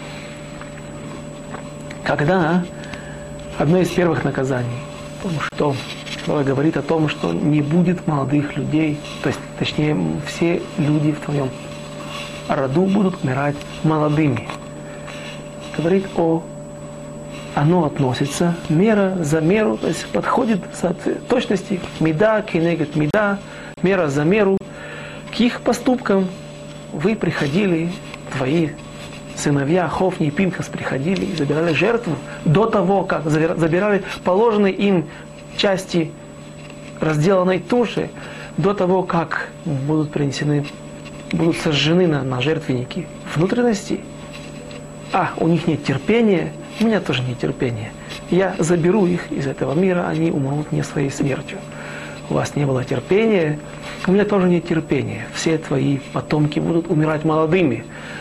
Когда одно из первых наказаний, что, что говорит о том, что не будет молодых людей, то есть, точнее, все люди в твоем роду будут умирать молодыми. Говорит о, оно относится мера за меру, то есть подходит в точности мида, кенегет мида, мера за меру, к их поступкам. Вы приходили, твои сыновья Хофни и Пинхас приходили и забирали жертву до того, как забирали положенные им части разделанной туши, до того, как будут принесены, будут сожжены на, на жертвенники внутренности. А, у них нет терпения, у меня тоже нет терпения. Я заберу их из этого мира, они умрут не своей смертью. У вас не было терпения, у меня тоже нет терпения. Все твои потомки будут умирать молодыми.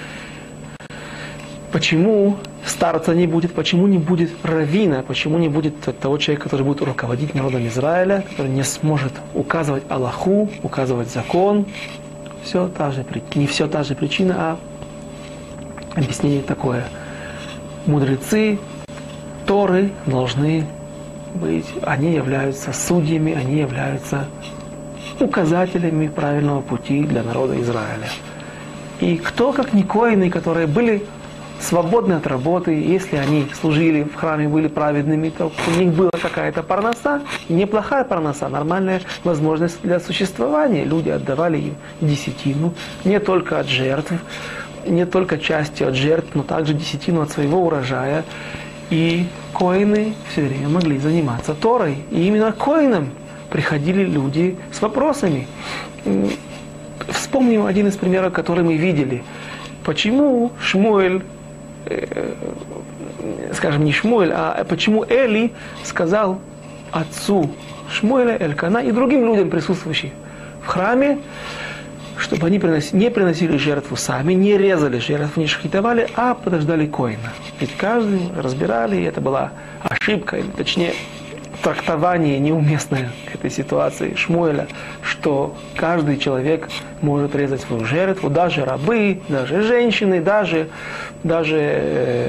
Почему старца не будет, почему не будет раввина, почему не будет того человека, который будет руководить народом Израиля, который не сможет указывать Аллаху, указывать закон? Все та же, не все та же причина, а объяснение такое. Мудрецы Торы должны быть, они являются судьями, они являются указателями правильного пути для народа Израиля. И кто, как не коины, которые были свободны от работы, если они служили в храме, были праведными, то у них была какая-то парноса, неплохая парноса, нормальная возможность для существования. Люди отдавали им десятину, не только от жертв, не только частью от жертв, но также десятину от своего урожая. И коины все время могли заниматься Торой. И именно к коинам приходили люди с вопросами. Вспомним один из примеров, который мы видели. Почему Шмуэль, э, скажем, не Шмуэль, а почему Эли сказал отцу Шмуэля, Элькана и другим людям, присутствующим в храме, чтобы они приносили, не приносили жертву сами, не резали жертву, не шхитовали, а подождали коина. Ведь каждый разбирали, и это была ошибка, или точнее трактование неуместное к этой ситуации Шмуэля, что каждый человек может резать свою жертву, даже рабы, даже женщины, даже, даже, э,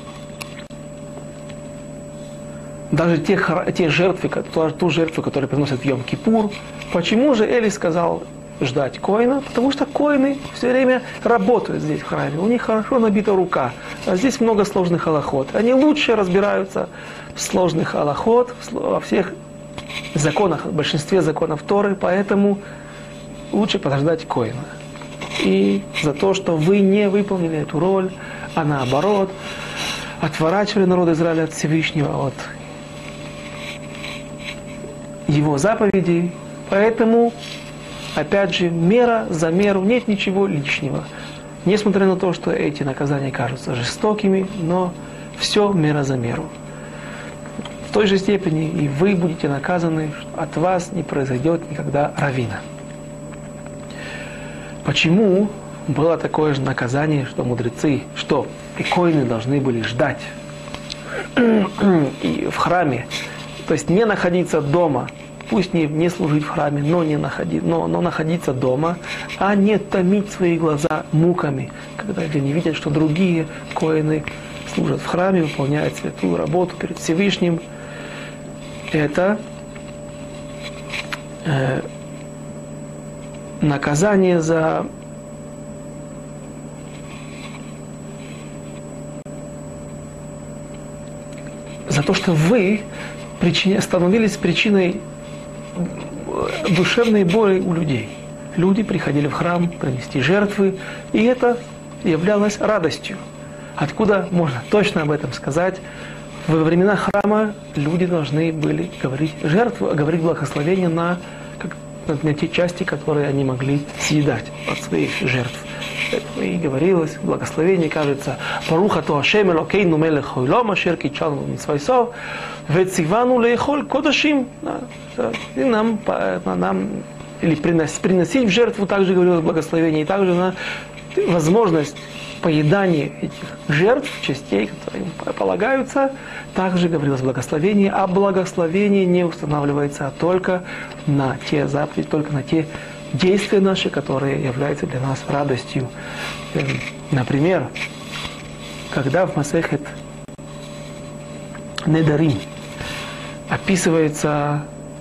даже те, те жертвы, ту жертву, которую приносят в Йом-Кипур. Почему же Эли сказал ждать коина? Потому что коины все время работают здесь в храме, у них хорошо набита рука, а здесь много сложных алахот. Они лучше разбираются в сложных алахот, во всех законах, в большинстве законов Торы, поэтому лучше подождать коина. И за то, что вы не выполнили эту роль, а наоборот, отворачивали народ Израиля от Всевышнего, от его заповедей, поэтому опять же, мера за меру, нет ничего лишнего. Несмотря на то, что эти наказания кажутся жестокими, но все мера за меру. В той же степени и вы будете наказаны, от вас не произойдет никогда равина. Почему было такое же наказание, что мудрецы, что и коины должны были ждать и в храме, то есть не находиться дома, пусть не, не служить в храме, но, не находи, но, но находиться дома, а не томить свои глаза муками, когда они видят, что другие коины служат в храме, выполняют святую работу перед Всевышним. Это э, наказание за за то, что вы причине, становились причиной душевной боли у людей. Люди приходили в храм принести жертвы, и это являлось радостью. Откуда можно точно об этом сказать? Во времена храма люди должны были говорить жертву, говорить благословение на, как, на те части, которые они могли съедать от своих жертв. Это и говорилось, благословение, кажется, «Паруха то Ашем Элокейну мелех хойлом, ашер кичалну митцвайсов, вецивану леехоль кодашим». И нам, нам или приносить в жертву, также говорилось благословение, и также на возможность поедания этих жертв, частей, которые им полагаются, также говорилось благословение, а благословение не устанавливается только на те заповеди, только на те действия наши, которые являются для нас радостью. Например, когда в Масехет Недарим описывается,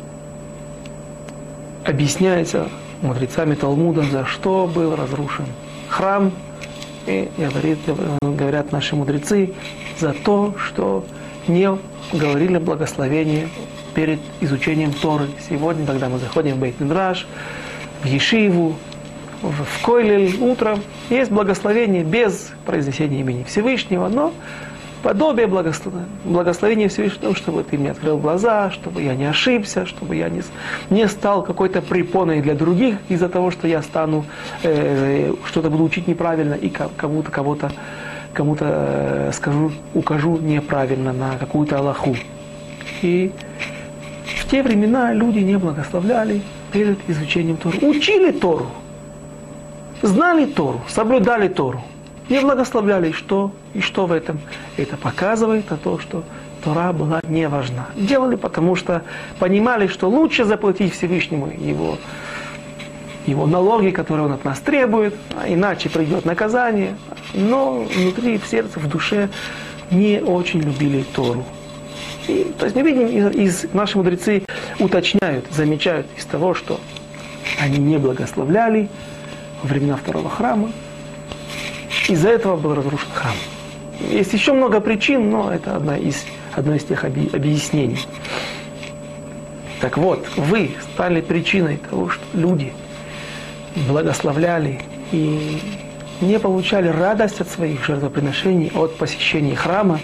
объясняется мудрецами Талмуда, за что был разрушен храм, и говорит, говорят наши мудрецы, за то, что не говорили благословение перед изучением Торы. Сегодня, когда мы заходим в Бейт-Мидраш, в Ешиву, в Койлель утром, есть благословение без произнесения имени Всевышнего, но подобие благословения Всевышнего, чтобы ты мне открыл глаза, чтобы я не ошибся, чтобы я не, не стал какой-то препоной для других из-за того, что я стану, э, что-то буду учить неправильно и кому-то, кого-то, кому-то э, скажу, укажу неправильно на какую-то алаху. И в те времена люди не благословляли перед изучением Торы. Учили Тору, знали Тору, соблюдали Тору, не благословляли. Что? И что в этом? Это показывает на то, что Тора была не важна. Делали, потому что понимали, что лучше заплатить Всевышнему его, его налоги, которые он от нас требует, а иначе придет наказание. Но внутри, в сердце, в душе не очень любили Тору. И, то есть мы видим, из, из, наши мудрецы уточняют, замечают из того, что они не благословляли во времена второго храма. Из-за этого был разрушен храм. Есть еще много причин, но это одна из, одно из тех объяснений. Так вот, вы стали причиной того, что люди благословляли и не получали радость от своих жертвоприношений, от посещения храма.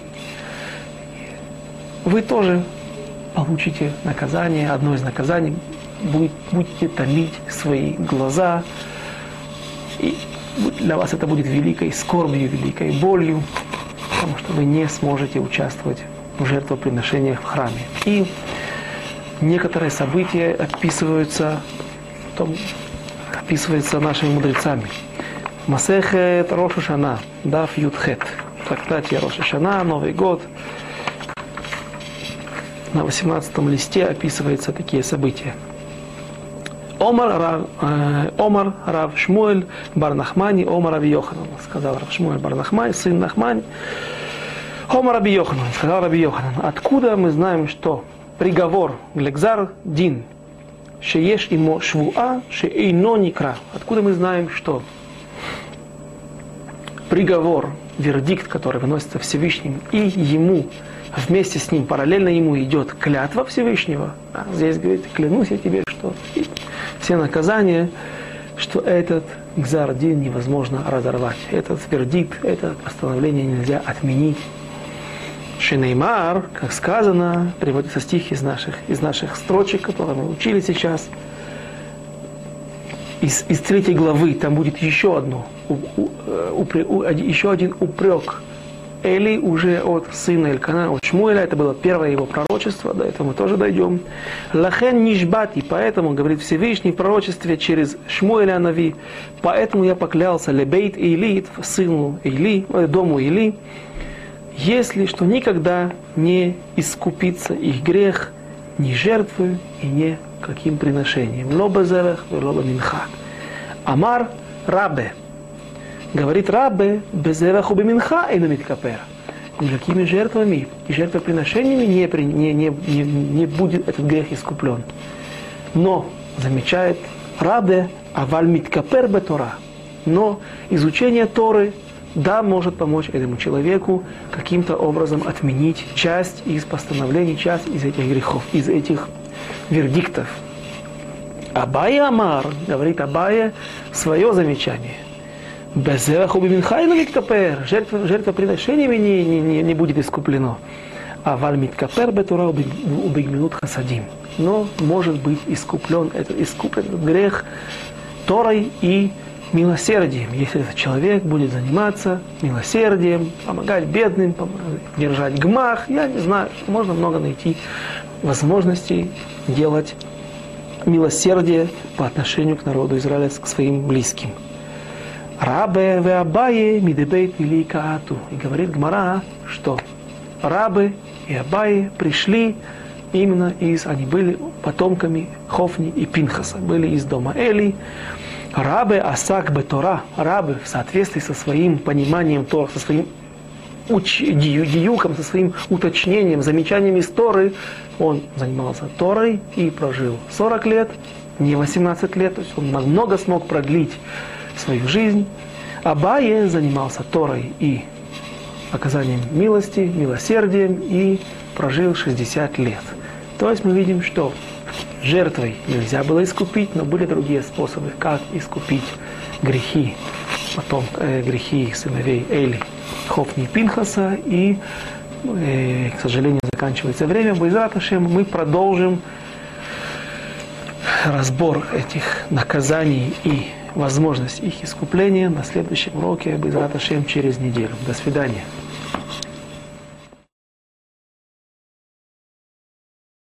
Вы тоже получите наказание, одно из наказаний, будете томить свои глаза, и для вас это будет великой скорбью, великой болью, потому что вы не сможете участвовать в жертвоприношениях в храме. И некоторые события описываются, том, описываются нашими мудрецами. Масехет Рош ха-Шана, Даф Юд Хет, в трактате Рош ха-Шана, Новый год. на восемнадцатом листе описываются такие события. Омар Рав, э, Омар Рав Шмуэль бар Нахмани, Омар Раби Йоханан. Сказал Рав Шмуэль бар Нахмани, сын Нахмани. Омар Раби Йоханан. Сказал Раби Йоханан. Откуда мы знаем, что приговор Глекзар Дин, шееш имо швуа, шеэйно никра. Откуда мы знаем, что приговор, вердикт, который выносится Всевышним, и ему, вместе с ним, параллельно ему идет клятва Всевышнего. А здесь говорит, клянусь я тебе, что все наказания, что этот гзар-дин невозможно разорвать. Этот вердикт, это постановление нельзя отменить. Шенеймар, как сказано, приводится стих из наших, из наших строчек, которые мы учили сейчас. Из, из третьей главы там будет еще одно, у, у, упре, у, еще один упрек Эли уже от сына Элькана, от Шмуэля. Это было первое его пророчество, до этого мы тоже дойдем. Лахен нишбати, поэтому, говорит Всевышний в пророчестве через Шмуэля Нави, поэтому я поклялся лебейт Эли, сыну Эли, дому Эли, если что никогда не искупится их грех ни жертвой и ни каким приношением. Лоба зевех, лоба минха. Амар рабе. Говорит рабе, безеваху беминха и намиткапер. Никакими жертвами и жертвоприношениями не, не, не, не, не будет этот грех искуплен. Но, замечает рабе, аваль миткапер бе Тора. Но изучение Торы, да, может помочь этому человеку каким-то образом отменить часть из постановлений, часть из этих грехов, из этих вердиктов. Абая Амар, говорит Абая, свое замечание. Безеваху биминха и намиткапер. Жертвоприношениями не, не, не, не будет искуплено. А валь миткапер бе Тора убегминут хасадим. Но может быть искуплен, это искуплен грех Торой и милосердием. Если этот человек будет заниматься милосердием, помогать бедным, держать гмах, я не знаю, можно много найти возможностей делать милосердие по отношению к народу Израиля, к своим близким. Рабе ве Абае мидебейт или каату. И говорит Гмара, что рабы и Абае пришли именно из, они были потомками Хофни и Пинхаса, были из дома Эли. Рабе асак бе Тора, рабы в соответствии со своим пониманием Тора, со своим уч, дию, диюком, со своим уточнением, замечанием из Торы, он занимался Торой и прожил сорок лет, не восемнадцать лет, то есть он много смог продлить свою жизнь. Абае занимался Торой и оказанием милости, милосердием и прожил шестьдесят лет. То есть мы видим, что жертвой нельзя было искупить, но были другие способы, как искупить грехи, потом э, грехи сыновей Эли, Хофни и Пинхаса. И, э, к сожалению, заканчивается время. Бейзрат Ашем, мы продолжим разбор этих наказаний и возможность их искупления на следующем уроке Бейзрат Ашем через неделю. До свидания.